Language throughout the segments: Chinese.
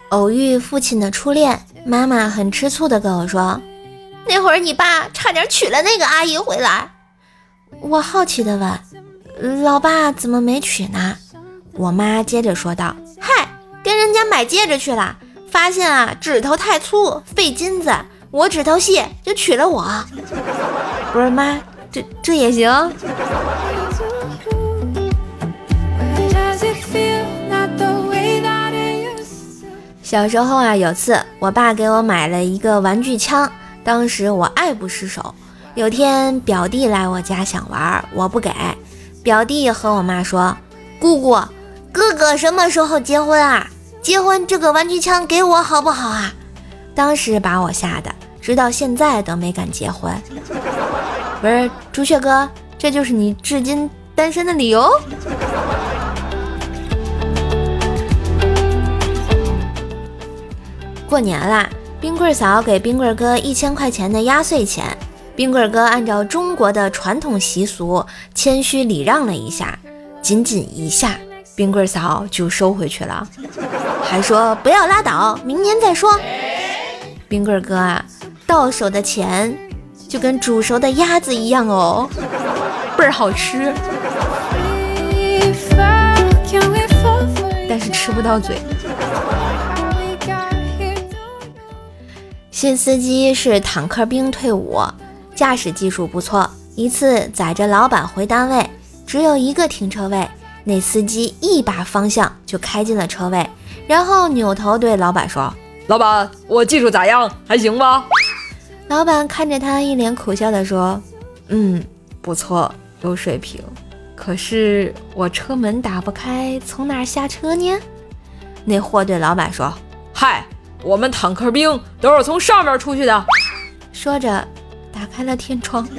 偶遇父亲的初恋，妈妈很吃醋地跟我说，那会儿你爸差点娶了那个阿姨回来。我好奇地问，老爸怎么没娶呢？我妈接着说道，嗨，跟人家买戒指去了，发现啊指头太粗费金子，我指头细就娶了我。不是妈，这也行？小时候啊，有次我爸给我买了一个玩具枪，当时我爱不释手。有天表弟来我家想玩，我不给。表弟和我妈说，姑姑，哥哥什么时候结婚啊？结婚这个玩具枪给我好不好啊？当时把我吓得直到现在都没敢结婚。不是朱雀哥，这就是你至今单身的理由？过年啦，冰棍嫂给冰棍哥1000块钱的压岁钱，冰棍哥按照中国的传统习俗谦虚礼让了一下，仅仅一下，冰棍嫂就收回去了，还说不要拉倒，明年再说。冰棍哥啊，到手的钱就跟煮熟的鸭子一样哦，倍儿好吃，但是吃不到嘴。新司机是坦克兵退伍，驾驶技术不错，一次载着老板回单位，只有一个停车位，那司机一把方向就开进了车位，然后扭头对老板说， 老板，我技术咋样？还行吧？ 老板看着他一脸苦笑地说，不错，有水平，可是我车门打不开，从哪儿下车呢？那货对老板说， 嗨，我们坦克兵都是从上面出去的。 说着打开了天窗。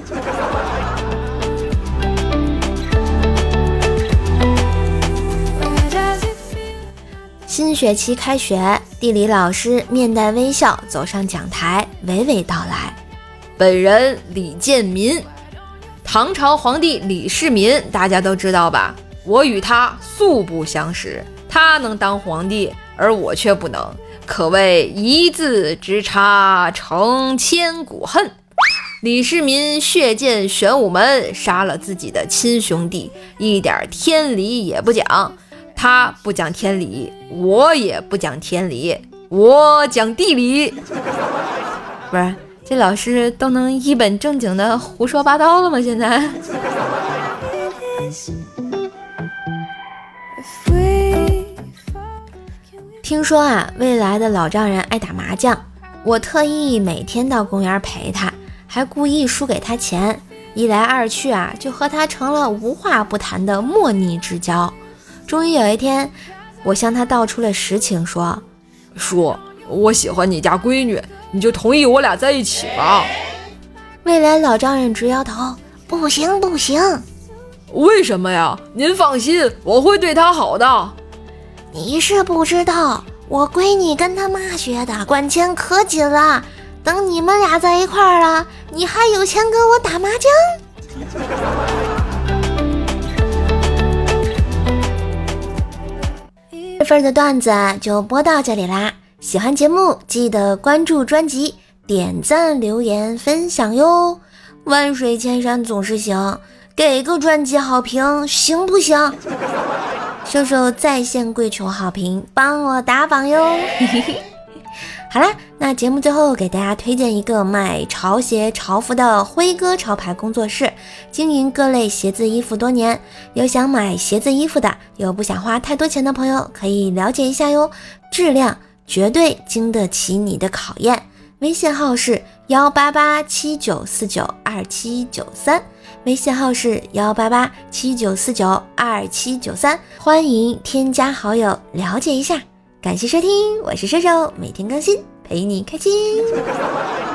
新学期开学，地理老师面带微笑走上讲台，娓娓道来， 本人李建民，唐朝皇帝李世民大家都知道吧？我与他素不相识，他能当皇帝，而我却不能，可谓一字之差，成千古恨。李世民血溅玄武门，杀了自己的亲兄弟，一点天理也不讲。他不讲天理，我也不讲天理，我讲地理。 不是，这老师都能一本正经的胡说八道了吗？现在听说啊，未来的老丈人爱打麻将，我特意每天到公园陪他，还故意输给他钱，一来二去啊，就和他成了无话不谈的莫逆之交。终于有一天，我向他道出了实情，说， 我喜欢你家闺女，你就同意我俩在一起吧。 未来老丈人直摇头，不行不行。 为什么呀？您放心，我会对她好的。 你是不知道，我闺女跟她妈学的，管钱可紧了，等你们俩在一块儿了，你还有钱跟我打麻将？这份的段子就播到这里啦，喜欢节目记得关注专辑，点赞留言分享哟，万水千山总是行，给个专辑好评行不行？秀秀在线跪求好评，帮我打榜哟。好啦，那节目最后给大家推荐一个卖潮鞋潮服的辉哥潮牌工作室，经营各类鞋子衣服多年，有想买鞋子衣服的，有不想花太多钱的朋友可以了解一下哟，质量绝对经得起你的考验。微信号是18879492793，微信号是18879492793，欢迎添加好友了解一下。感谢收听，我是射手，每天更新，陪你开心。